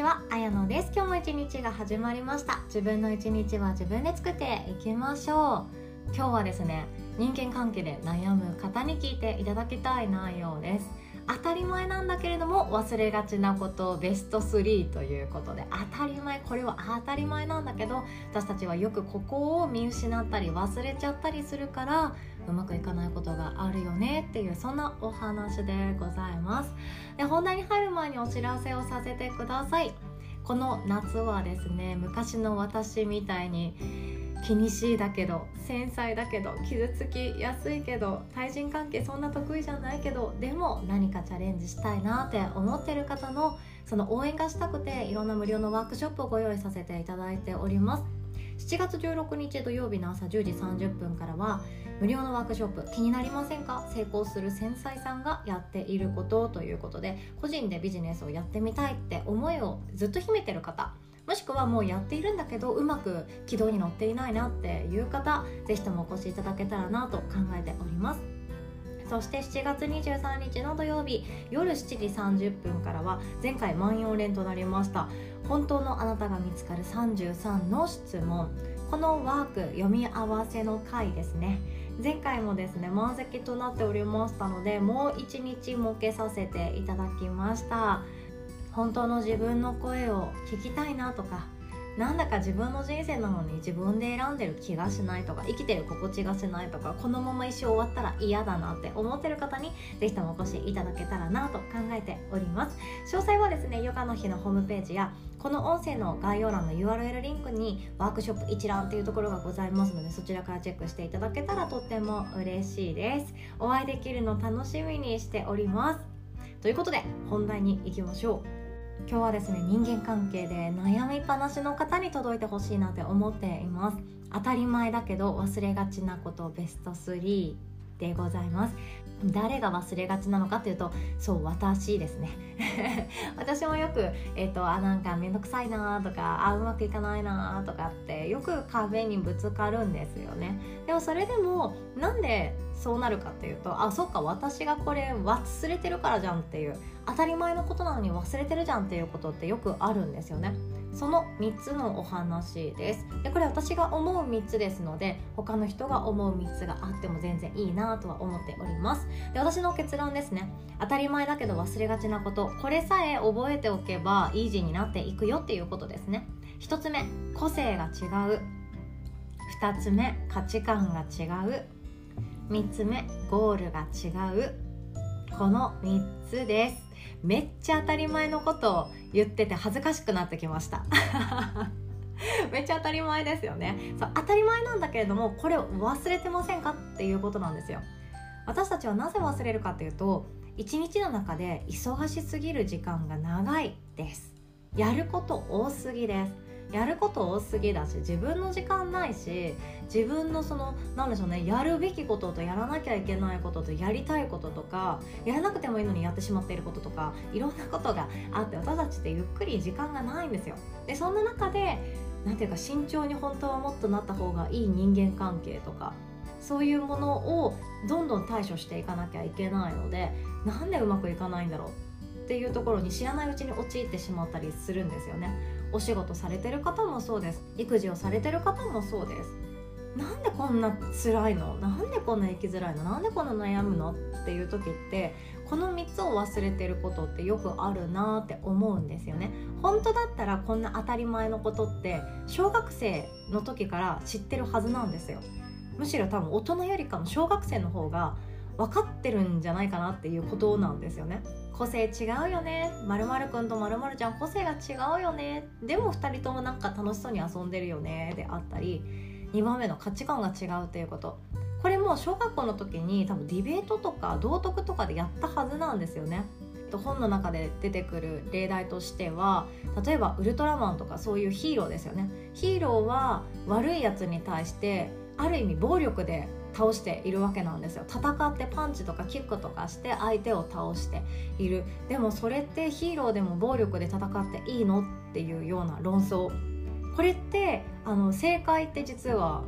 は、あやのです。今日も一日が始まりました。自分の一日は自分で作っていきましょう。今日はですね、人間関係で悩む方に聞いていただきたい内容です。当たり前なんだけれども忘れがちなことベスト3ということで、当たり前、これは当たり前なんだけど私たちはよくここを見失ったり忘れちゃったりするからうまくいかないことがあるよねっていう、そんなお話でございます。で、本題に入る前にお知らせをさせてください。この夏はですね、昔の私みたいに気にしいだけど繊細だけど傷つきやすいけど対人関係そんな得意じゃないけどでも何かチャレンジしたいなって思ってる方のその応援がしたくていろんな無料のワークショップをご用意させていただいております。7月16日土曜日の朝10時30分からは無料のワークショップ、気になりませんか？成功する繊細さんがやっていることということで、個人でビジネスをやってみたいって思いをずっと秘めてる方、もしくはもうやっているんだけどうまく軌道に乗っていないなっていう方、ぜひともお越しいただけたらなと考えております。そして7月23日の土曜日夜7時30分からは前回満4連となりました本当のあなたが見つかる33の質問、このワーク読み合わせの回ですね。前回もですね満席となっておりましたので、もう1日設けさせていただきました。本当の自分の声を聞きたいなとか、なんだか自分の人生なのに自分で選んでる気がしないとか、生きてる心地がしないとか、このまま一生終わったら嫌だなって思ってる方にぜひともお越しいただけたらなと考えております。詳細はですね、ヨガの日のホームページやこの音声の概要欄の URL リンクにワークショップ一覧というところがございますので、そちらからチェックしていただけたらとっても嬉しいです。お会いできるの楽しみにしております。ということで本題に行きましょう。今日はですね、人間関係で悩みっぱなしの方に届いてほしいなって思っています。当たり前だけど忘れがちなことベスト3でございます。誰が忘れがちなのかというと、そう私ですね私もよく、なんかめんどくさいなとか、うまくいかないなとかってよく壁にぶつかるんですよね。でもそれでもなんでそうなるかっていうと、そっか、私がこれ忘れてるからじゃんっていう、当たり前のことなのに忘れてるじゃんっていうことってよくあるんですよね。その3つのお話です。で、これ私が思う3つですので、他の人が思う3つがあっても全然いいなとは思っております。で、私の結論ですね、当たり前だけど忘れがちなこと、これさえ覚えておけばイージーになっていくよっていうことですね。1つ目、個性が違う。2つ目、価値観が違う。3つ目、ゴールが違う。この3つです。めっちゃ当たり前のことを言ってて恥ずかしくなってきましためっちゃ当たり前ですよね。そう、当たり前なんだけれども、これを忘れてませんかっていうことなんですよ。私たちはなぜ忘れるかというと、一日の中で忙しすぎる時間が長いです。やること多すぎです。やること多すぎだし、自分の時間ないし、自分のなんでしょうね、やるべきこととやらなきゃいけないこととやりたいこととか、やらなくてもいいのにやってしまっていることとか、いろんなことがあって、私たちってゆっくり時間がないんですよ。で、そんな中でなんていうか、慎重に本当はもっとなった方がいい人間関係とか、そういうものをどんどん対処していかなきゃいけないので、なんでうまくいかないんだろうっていうところに知らないうちに陥ってしまったりするんですよね。お仕事されてる方もそうです。育児をされてる方もそうです。なんでこんな辛いの？なんでこんな生きづらいの？なんでこんな悩むの？っていう時って、この3つを忘れてることってよくあるなって思うんですよね。本当だったらこんな当たり前のことって小学生の時から知ってるはずなんですよ。むしろ多分大人よりかも小学生の方が分かってるんじゃないかなっていうことなんですよね。個性違うよね、〇〇くんと〇〇ちゃん個性が違うよね、でも2人ともなんか楽しそうに遊んでるよねであったり、2番目の価値観が違うっていうこと、これも小学校の時に多分ディベートとか道徳とかでやったはずなんですよね。本の中で出てくる例題としては、例えばウルトラマンとかそういうヒーローですよね。ヒーローは悪いやつに対してある意味暴力で倒しているわけなんですよ。戦ってパンチとかキックとかして相手を倒している。でもそれってヒーローでも暴力で戦っていいのっていうような論争、これって正解って実は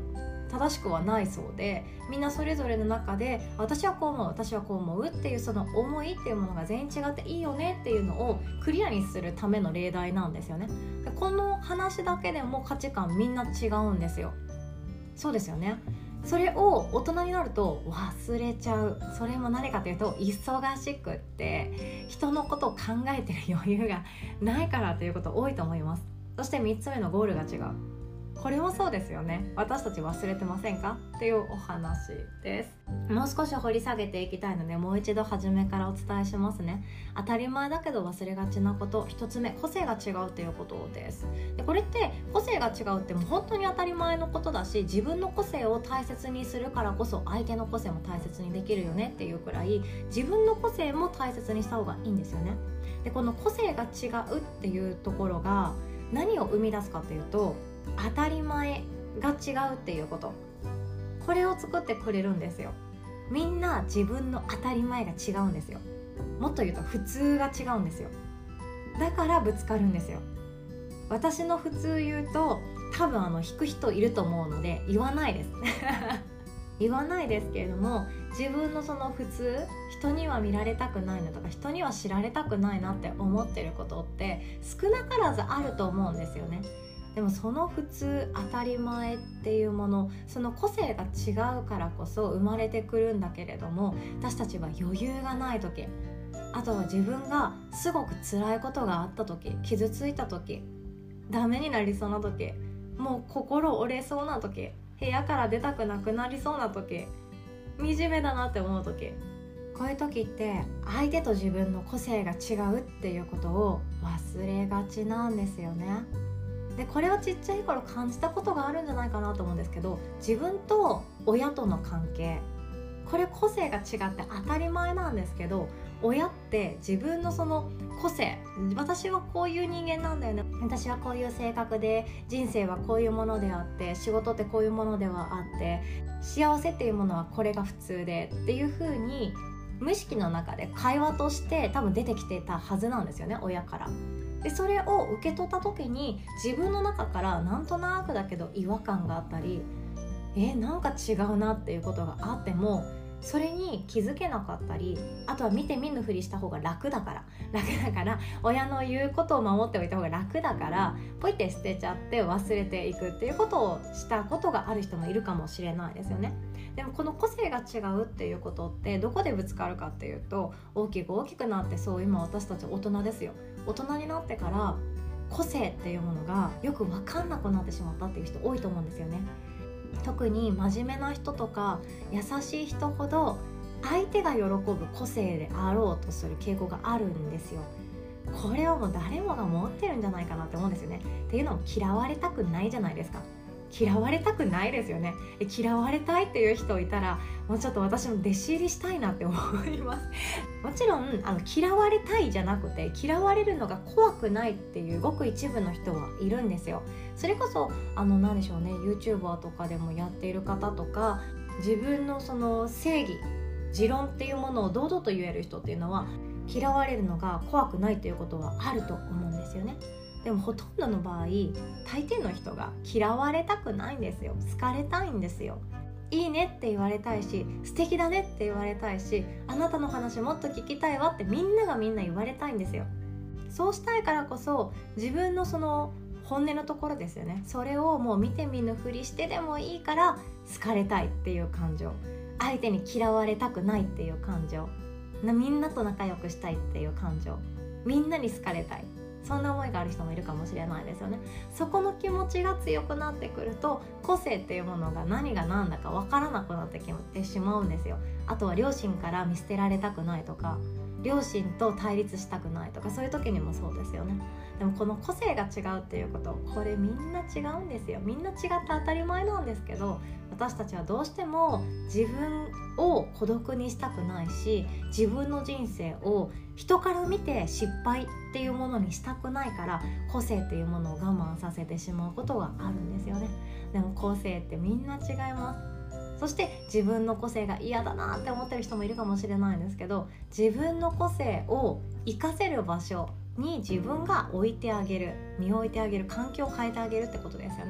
正しくはないそうで、みんなそれぞれの中で私はこう思う私はこう思うっていうその思いっていうものが全員違っていいよねっていうのをクリアにするための例題なんですよね。でこの話だけでも価値観みんな違うんですよ。そうですよね。それを大人になると忘れちゃう。それも何かというと忙しくって人のことを考えてる余裕がないからということ多いと思います。そして3つ目のゴールが違う。これもそうですよね。私たち忘れてませんかっていうお話です。もう少し掘り下げていきたいのでもう一度初めからお伝えしますね。当たり前だけど忘れがちなこと、1つ目、個性が違うということです。でこれって個性が違うってもう本当に当たり前のことだし、自分の個性を大切にするからこそ相手の個性も大切にできるよねっていうくらい、自分の個性も大切にした方がいいんですよね。でこの個性が違うっていうところが何を生み出すかというと、当たり前が違うっていうこと、これを作ってくれるんですよ。みんな自分の当たり前が違うんですよ。もっと言うと普通が違うんですよ。だからぶつかるんですよ。私の普通言うと多分引く人いると思うので言わないです言わないですけれども、自分のその普通、人には見られたくないなとか人には知られたくないなって思ってることって少なからずあると思うんですよね。でもその普通、当たり前っていうもの、その個性が違うからこそ生まれてくるんだけれども、私たちは余裕がない時、あとは自分がすごく辛いことがあった時、傷ついた時、ダメになりそうな時、もう心折れそうな時、部屋から出たくなくなりそうな時、惨めだなって思う時、こういう時って相手と自分の個性が違うっていうことを忘れがちなんですよね。でこれはちっちゃい頃感じたことがあるんじゃないかなと思うんですけど、自分と親との関係、これ個性が違って当たり前なんですけど、親って自分のその個性、私はこういう人間なんだよね、私はこういう性格で、人生はこういうものであって、仕事ってこういうものではあって、幸せっていうものはこれが普通でっていう風に無意識の中で会話として多分出てきてたはずなんですよね、親から。でそれを受け取った時に自分の中からなんとなくだけど違和感があったり、なんか違うなっていうことがあってもそれに気づけなかったり、あとは見て見ぬふりした方が楽だから親の言うことを守っておいた方が楽だからポイって捨てちゃって忘れていくっていうことをしたことがある人もいるかもしれないですよね。でもこの個性が違うっていうことってどこでぶつかるかっていうと、大きくなって、そう今私たち大人ですよ。大人になってから個性っていうものがよく分かんなくなってしまったっていう人多いと思うんですよね。特に真面目な人とか優しい人ほど相手が喜ぶ個性であろうとする傾向があるんですよ。これはもう誰もが持ってるんじゃないかなって思うんですよね。っていうのも嫌われたくないじゃないですか。嫌われたくないですよね。嫌われたいっていう人いたらもうちょっと私も弟子入りしたいなって思いますもちろん嫌われたいじゃなくて、嫌われるのが怖くないっていうごく一部の人はいるんですよ。それこそ何でしょうね、 YouTuber とかでもやっている方とか、自分のその正義、持論っていうものを堂々と言える人っていうのは嫌われるのが怖くないっていうことはあると思うんですよね。でもほとんどの場合、大抵の人が嫌われたくないんですよ。好かれたいんですよ。いいねって言われたいし、素敵だねって言われたいし、あなたの話もっと聞きたいわってみんなが言われたいんですよ。そうしたいからこそ自分のその本音のところですよね、それをもう見て見ぬふりしてでもいいから好かれたいっていう感情、相手に嫌われたくないっていう感情、みんなと仲良くしたいっていう感情、みんなに好かれたい、そんな思いがある人もいるかもしれないですよね。そこの気持ちが強くなってくると、個性っていうものが何が何だか分からなくなってきてしまうんですよ。あとは両親から見捨てられたくないとか、両親と対立したくないとか、そういう時にもそうですよね。でもこの個性が違うっていうこと、これみんな違うんですよ。みんな違って当たり前なんですけど、私たちはどうしても自分を孤独にしたくないし、自分の人生を人から見て失敗っていうものにしたくないから、個性っていうものを我慢させてしまうことがあるんですよね。でも個性ってみんな違います。そして自分の個性が嫌だなって思ってる人もいるかもしれないんですけど、自分の個性を活かせる場所に自分が置いてあげる、身を置いてあげる、環境を変えてあげるってことですよね。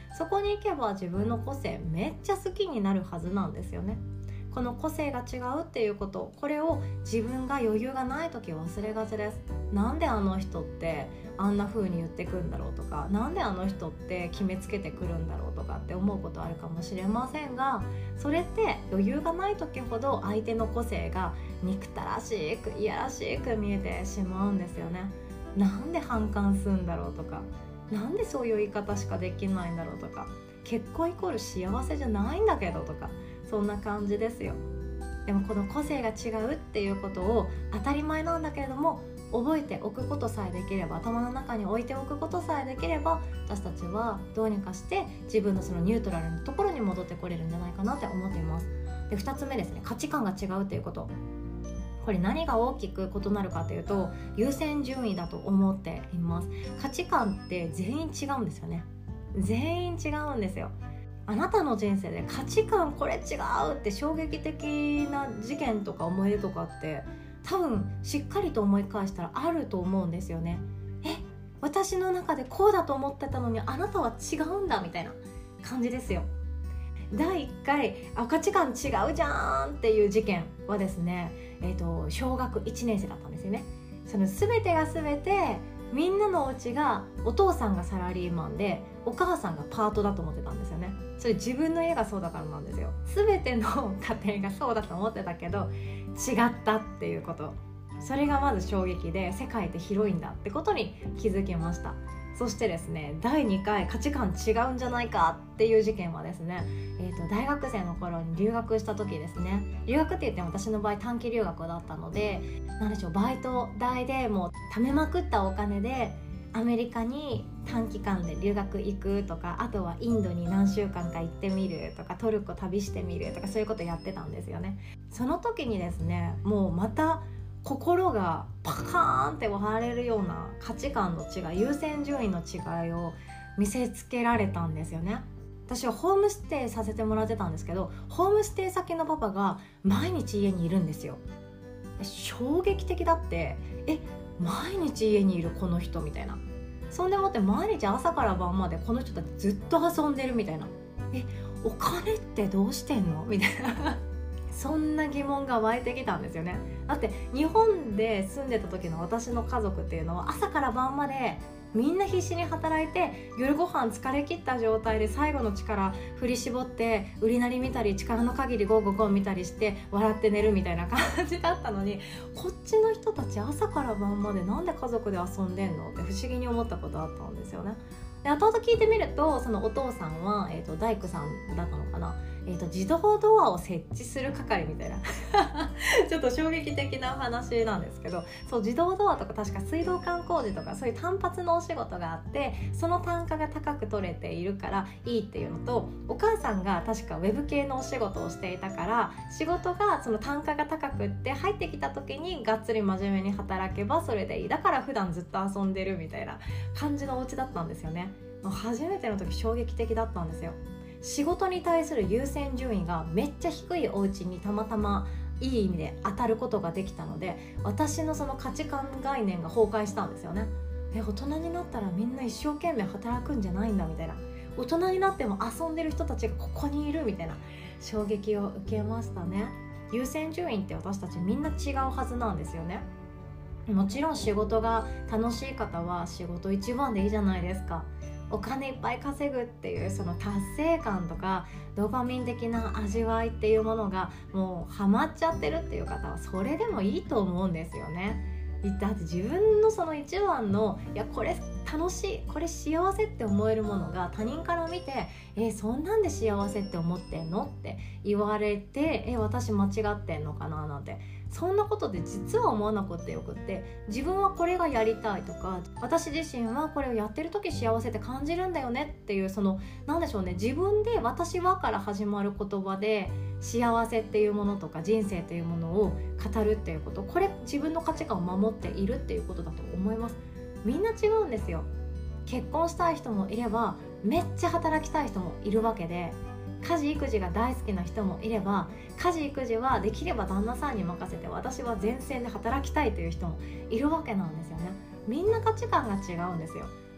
そこに行けば自分の個性めっちゃ好きになるはずなんですよね。この個性が違うっていうこと、これを自分が余裕がない時忘れがちです。なんであの人ってあんな風に言ってくんだろうとか、なんであの人って決めつけてくるんだろうとかって思うことあるかもしれませんが、それって余裕がない時ほど相手の個性が憎たらしくいやらしく見えてしまうんですよね。なんで反感するんだろうとか、なんでそういう言い方しかできないんだろうとか、結婚イコール幸せじゃないんだけどとか、そんな感じですよ。でもこの個性が違うっていうことを当たり前なんだけれども覚えておくことさえできれば、頭の中に置いておくことさえできれば、私たちはどうにかして自分のそのニュートラルなところに戻ってこれるんじゃないかなって思っています。で、2つ目ですね、価値観が違うっていうこと。これ何が大きく異なるかというと、優先順位だと思っています。価値観って全員違うんですよね。全員違うんですよ。あなたの人生で価値観これ違うって衝撃的な事件とか思い出とかって多分しっかりと思い返したらあると思うんですよね。私の中でこうだと思ってたのにあなたは違うんだみたいな感じですよ。第1回価値観違うじゃんっていう事件はですね、小学1年生だったんですよね。その全てが全てみんなのお家がお父さんがサラリーマンでお母さんがパートだと思ってたんですよね。それ自分の家がそうだからなんですよ。全ての家庭がそうだと思ってたけど違ったっていうこと、それがまず衝撃で、世界って広いんだってことに気づきました。そしてですね、第2回価値観違うんじゃないかっていう事件はですね、大学生の頃に留学した時ですね。留学って言っても私の場合短期留学だったので、なんでしょう、バイト代でもう貯めまくったお金でアメリカに短期間で留学行くとか、あとはインドに何週間か行ってみるとか、トルコ旅してみるとか、そういうことやってたんですよね。その時にですね、もうまた心がパカーンって割れるような価値観の違い、優先順位の違いを見せつけられたんですよね。私はホームステイさせてもらってたんですけど、ホームステイ先のパパが毎日家にいるんですよ。衝撃的だって、毎日家にいるこの人みたいな。そんでもって毎日朝から晩までこの人たちずっと遊んでるみたいな。お金ってどうしてんのみたいなそんな疑問が湧いてきたんですよね。だって日本で住んでた時の私の家族っていうのは朝から晩までみんな必死に働いて、夜ご飯疲れ切った状態で最後の力振り絞って売りなり見たり、力の限りゴーゴーゴー見たりして笑って寝るみたいな感じだったのに、こっちの人たち朝から晩までなんで家族で遊んでんのって不思議に思ったことあったんですよね。で、後々聞いてみると、そのお父さんは、大工さんだったのかな、自動ドアを設置する係みたいなちょっと衝撃的な話なんですけど、そう自動ドアとか確か水道管工事とかそういう単発のお仕事があって、その単価が高く取れているからいいっていうのと、お母さんが確かウェブ系のお仕事をしていたから、仕事がその単価が高くって入ってきた時にがっつり真面目に働けばそれでいい、だから普段ずっと遊んでるみたいな感じのお家だったんですよね。初めての時衝撃的だったんですよ。仕事に対する優先順位がめっちゃ低いお家にたまたまいい意味で当たることができたので、私のその価値観概念が崩壊したんですよね。大人になったらみんな一生懸命働くんじゃないんだみたいな、大人になっても遊んでる人たちがここにいるみたいな衝撃を受けましたね。優先順位って私たちみんな違うはずなんですよね。もちろん仕事が楽しい方は仕事一番でいいじゃないですか。お金いっぱい稼ぐっていうその達成感とかドーパミン的な味わいっていうものがもうハマっちゃってるっていう方はそれでもいいと思うんですよね。だって自分のその一番のこれ楽しい、これ幸せって思えるものが他人から見てそんなんで幸せって思ってんのって言われて私間違ってんのかななんて、そんなことで実は思わなくてよくって、自分はこれがやりたいとか、私自身はこれをやってる時幸せって感じるんだよねっていう、そのなんでしょうね、自分で私はから始まる言葉で幸せっていうものとか人生っていうものを語るっていうこと、これ自分の価値観を守っているっていうことだと思います。みんな違うんですよ。結婚したい人もいればめっちゃ働きたい人もいるわけで、家事育児が大好きな人もいれば家事育児はできれば旦那さんに任せて私は前線で働きたいという人もいるわけなんですよね。みんな価値観が違うんですよ。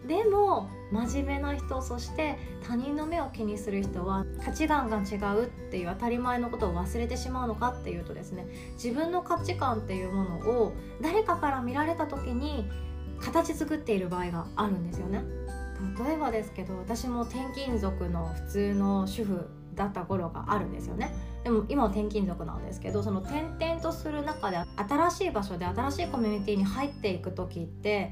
でも真面目な人、そして他人の目を気にする人は価値観が違うっていう当たり前のことを忘れてしまうのかっていうとですね、自分の価値観っていうものを誰かから見られた時に形作っている場合があるんですよね。例えばですけど、私も転勤族の普通の主婦だった頃があるんですよね。でも今は転勤族なんですけど、その転々とする中で新しい場所で新しいコミュニティに入っていく時って、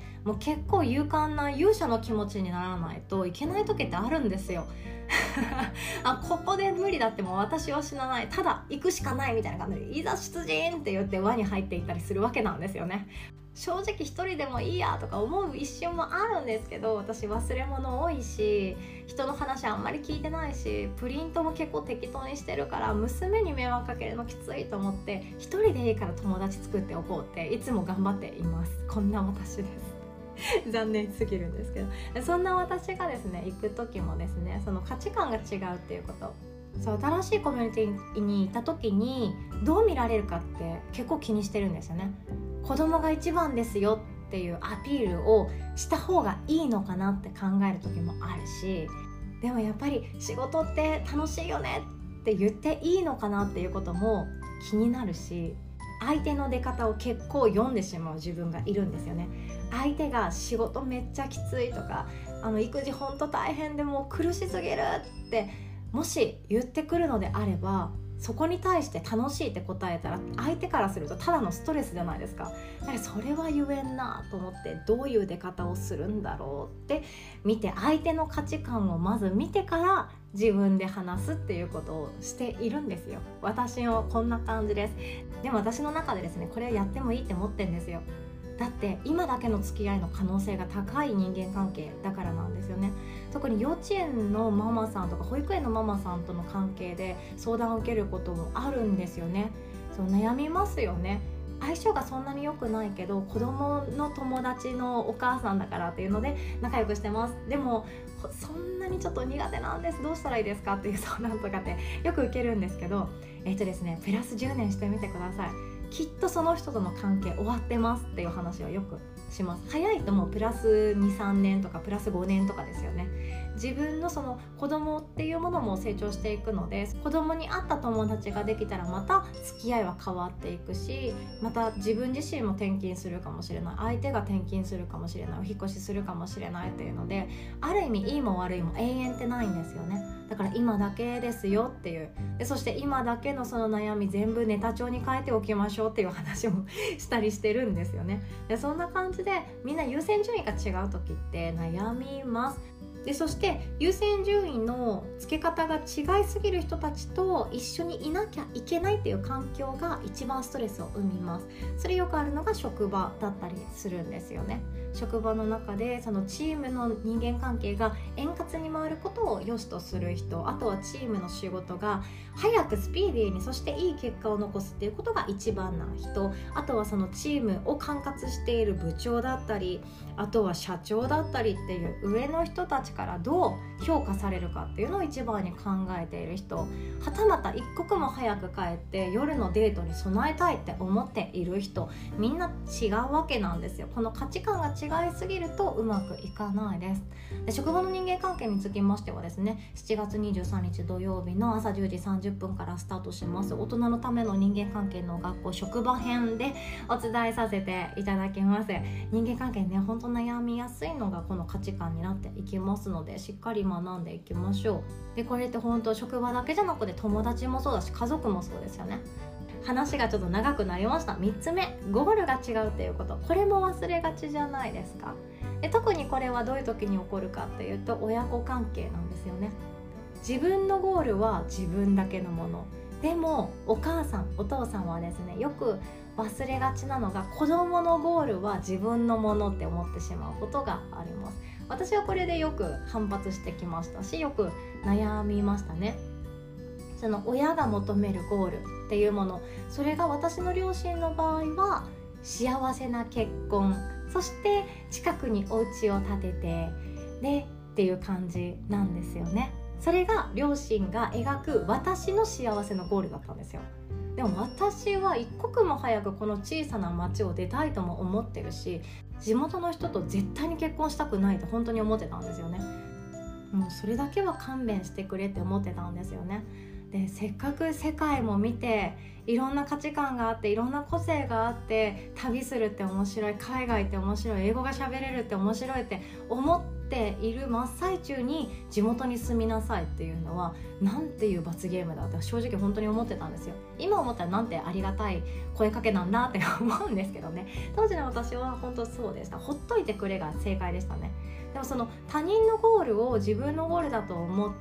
もう結構勇敢な勇者の気持ちにならないといけない時ってあるんですよここで無理だってもう私は死なない、ただ行くしかないみたいな感じで、いざ出陣って言って輪に入っていったりするわけなんですよね。正直一人でもいいやとか思う一瞬もあるんですけど、私忘れ物多いし、人の話あんまり聞いてないし、プリントも結構適当にしてるから娘に迷惑かけるのきついと思って、一人でいいから友達作っておこうっていつも頑張っています。こんな私です残念すぎるんですけど、そんな私がですね、行く時もですね、その価値観が違うっていうこと、そう新しいコミュニティにいた時にどう見られるかって結構気にしてるんですよね。子供が一番ですよっていうアピールをした方がいいのかなって考える時もあるし、でもやっぱり仕事って楽しいよねって言っていいのかなっていうことも気になるし、相手の出方を結構読んでしまう自分がいるんですよね。相手が仕事めっちゃきついとか、育児ほんと大変でもう苦しすぎるってもし言ってくるのであれば、そこに対して楽しいって答えたら相手からするとただのストレスじゃないですか。だからそれは言えんなと思って、どういう出方をするんだろうって見て、相手の価値観をまず見てから自分で話すっていうことをしているんですよ。私もこんな感じです。でも私の中でですね、これをやってもいいって思ってるんですよ。だって今だけの付き合いの可能性が高い人間関係だからなんですよね。特に幼稚園のママさんとか保育園のママさんとの関係で相談を受けることもあるんですよね。そう悩みますよね。相性がそんなに良くないけど、子供の友達のお母さんだからっていうので仲良くしてます。でもそんなにちょっと苦手なんです、どうしたらいいですかっていう相談とかってよく受けるんですけど、ですね、プラス10年してみてください。きっとその人との関係終わってますっていう話をよくします。早いともうプラス 2,3 年とかプラス5年とかですよね。自分のその子供っていうものも成長していくので、子供に合った友達ができたらまた付き合いは変わっていくし、また自分自身も転勤するかもしれない、相手が転勤するかもしれない、お引越しするかもしれないっていうので、ある意味いいも悪いも永遠ってないんですよね。だから今だけですよっていう、でそして今だけのその悩み全部ネタ帳に書いておきましょうっていう話もしたりしてるんですよね。でそんな感じでみんな優先順位が違う時って悩みます。でそして優先順位の付け方が違いすぎる人たちと一緒にいなきゃいけないっていう環境が一番ストレスを生みます。それよくあるのが職場だったりするんですよね。職場の中でそのチームの人間関係が円滑に回ることを良しとする人、あとはチームの仕事が早くスピーディーに、そしていい結果を残すっていうことが一番な人、あとはそのチームを管轄している部長だったり、あとは社長だったりっていう上の人たちからどう評価されるかっていうのを一番に考えている人、はたまた一刻も早く帰って夜のデートに備えたいって思っている人、みんな違うわけなんですよ。この価値観が違いすぎるとうまくいかないです。で職場の人間関係につきましてはですね、7月23日土曜日の朝10時30分からスタートします大人のための人間関係の学校職場編でお伝えさせていただきます。人間関係ね、本当悩みやすいのがこの価値観になっていきますので、しっかり学んでいきましょう。でこれって本当職場だけじゃなくて友達もそうだし家族もそうですよね。話がちょっと長くなりました。3つ目、ゴールが違うっていうこと、これも忘れがちじゃないですか。で特にこれはどういう時に起こるかっていうと、親子関係なんですよね。自分のゴールは自分だけのものでも、お母さんお父さんはですね、よく忘れがちなのが、子供のゴールは自分のものって思ってしまうことがあります。私はこれでよく反発してきましたし、よく悩みましたね。その親が求めるゴールっていうもの、それが私の両親の場合は幸せな結婚、そして近くにお家を建ててでっていう感じなんですよね。それが両親が描く私の幸せのゴールだったんですよ。 でも私は一刻も早くこの小さな町を出たいとも思ってるし、地元の人と絶対に結婚したくないと本当に思ってたんですよね。もうそれだけは勘弁してくれって思ってたんですよね。でせっかく世界も見て、いろんな価値観があって、いろんな個性があって、旅するって面白い、海外って面白い、英語が喋れるって面白いって思っている真っ最中に地元に住みなさいっていうのはなんていう罰ゲームだって正直本当に思ってたんですよ。今思ったらなんてありがたい声かけなんだって思うんですけどね、当時の私は本当そうでした。ほっといてくれが正解でしたね。でもその他人のゴールを自分のゴールだと思って、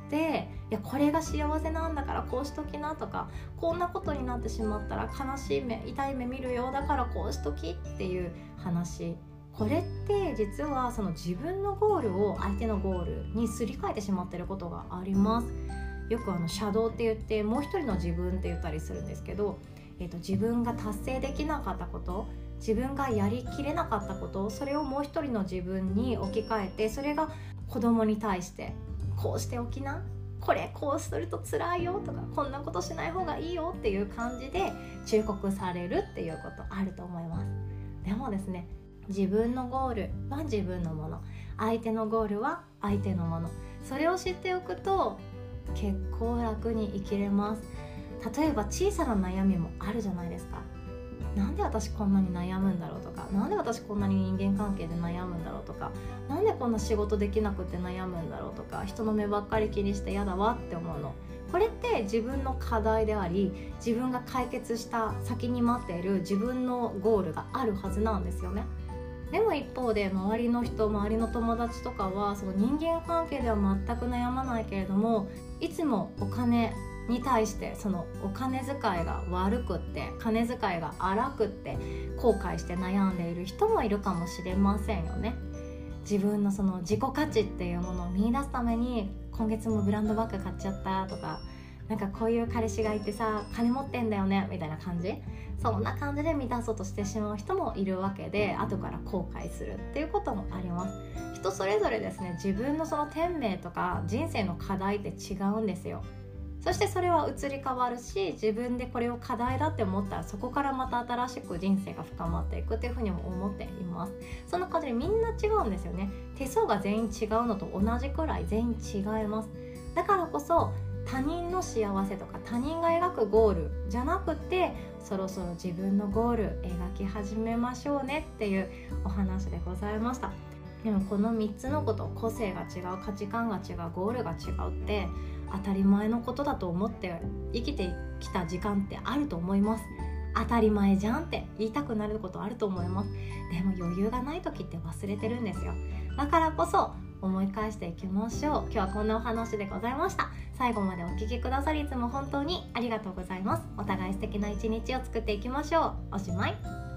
いやこれが幸せなんだからこうしときなとか、こんなことになってしまったら悲しい目、痛い目見るよ、だからこうしときっていう話、これって実はその自分のゴールを相手のゴールにすり替えてしまっていることがあります。よくシャドウって言って、もう一人の自分って言ったりするんですけど、自分が達成できなかったこと、自分がやりきれなかったこと、それをもう一人の自分に置き換えて、それが子供に対してこうしておきな、これこうすると辛いよとか、こんなことしない方がいいよっていう感じで忠告されるっていうことあると思います。でもですね、自分のゴールは自分のもの、相手のゴールは相手のもの、それを知っておくと結構楽に生きれます。例えば小さな悩みもあるじゃないですか。なんで私こんなに悩むんだろうとか、なんで私こんなに人間関係で悩むんだろうとか、なんでこんな仕事できなくて悩むんだろうとか、人の目ばっかり気にしてやだわって思うの。これって自分の課題であり、自分が解決した先に待っている自分のゴールがあるはずなんですよね。でも一方で周りの人、周りの友達とかはその人間関係では全く悩まないけれども、いつもお金に対してそのお金遣いが悪くって、金遣いが荒くって後悔して悩んでいる人もいるかもしれませんよね。自分のその自己価値っていうものを見出すために、今月もブランドバッグ買っちゃったとか、なんかこういう彼氏がいてさ金持ってんだよねみたいな感じ、そんな感じで満たそうとしてしまう人もいるわけで、後から後悔するっていうこともあります。人それぞれですね、自分のその天命とか人生の課題って違うんですよ。そしてそれは移り変わるし、自分でこれを課題だって思ったらそこからまた新しく人生が深まっていくっていうふうにも思っています。そんな感じでみんな違うんですよね。手相が全員違うのと同じくらい全員違います。だからこそ他人の幸せとか他人が描くゴールじゃなくて、そろそろ自分のゴール描き始めましょうねっていうお話でございました。でもこの3つのこと、個性が違う、価値観が違う、ゴールが違うって当たり前のことだと思って生きてきた時間ってあると思います。当たり前じゃんって言いたくなることあると思います。でも余裕がない時って忘れてるんですよ。だからこそ思い返していきましょう。今日はこんなお話でございました。最後までお聞きくださりいつも本当にありがとうございます。お互い素敵な一日を作っていきましょう。おしまい。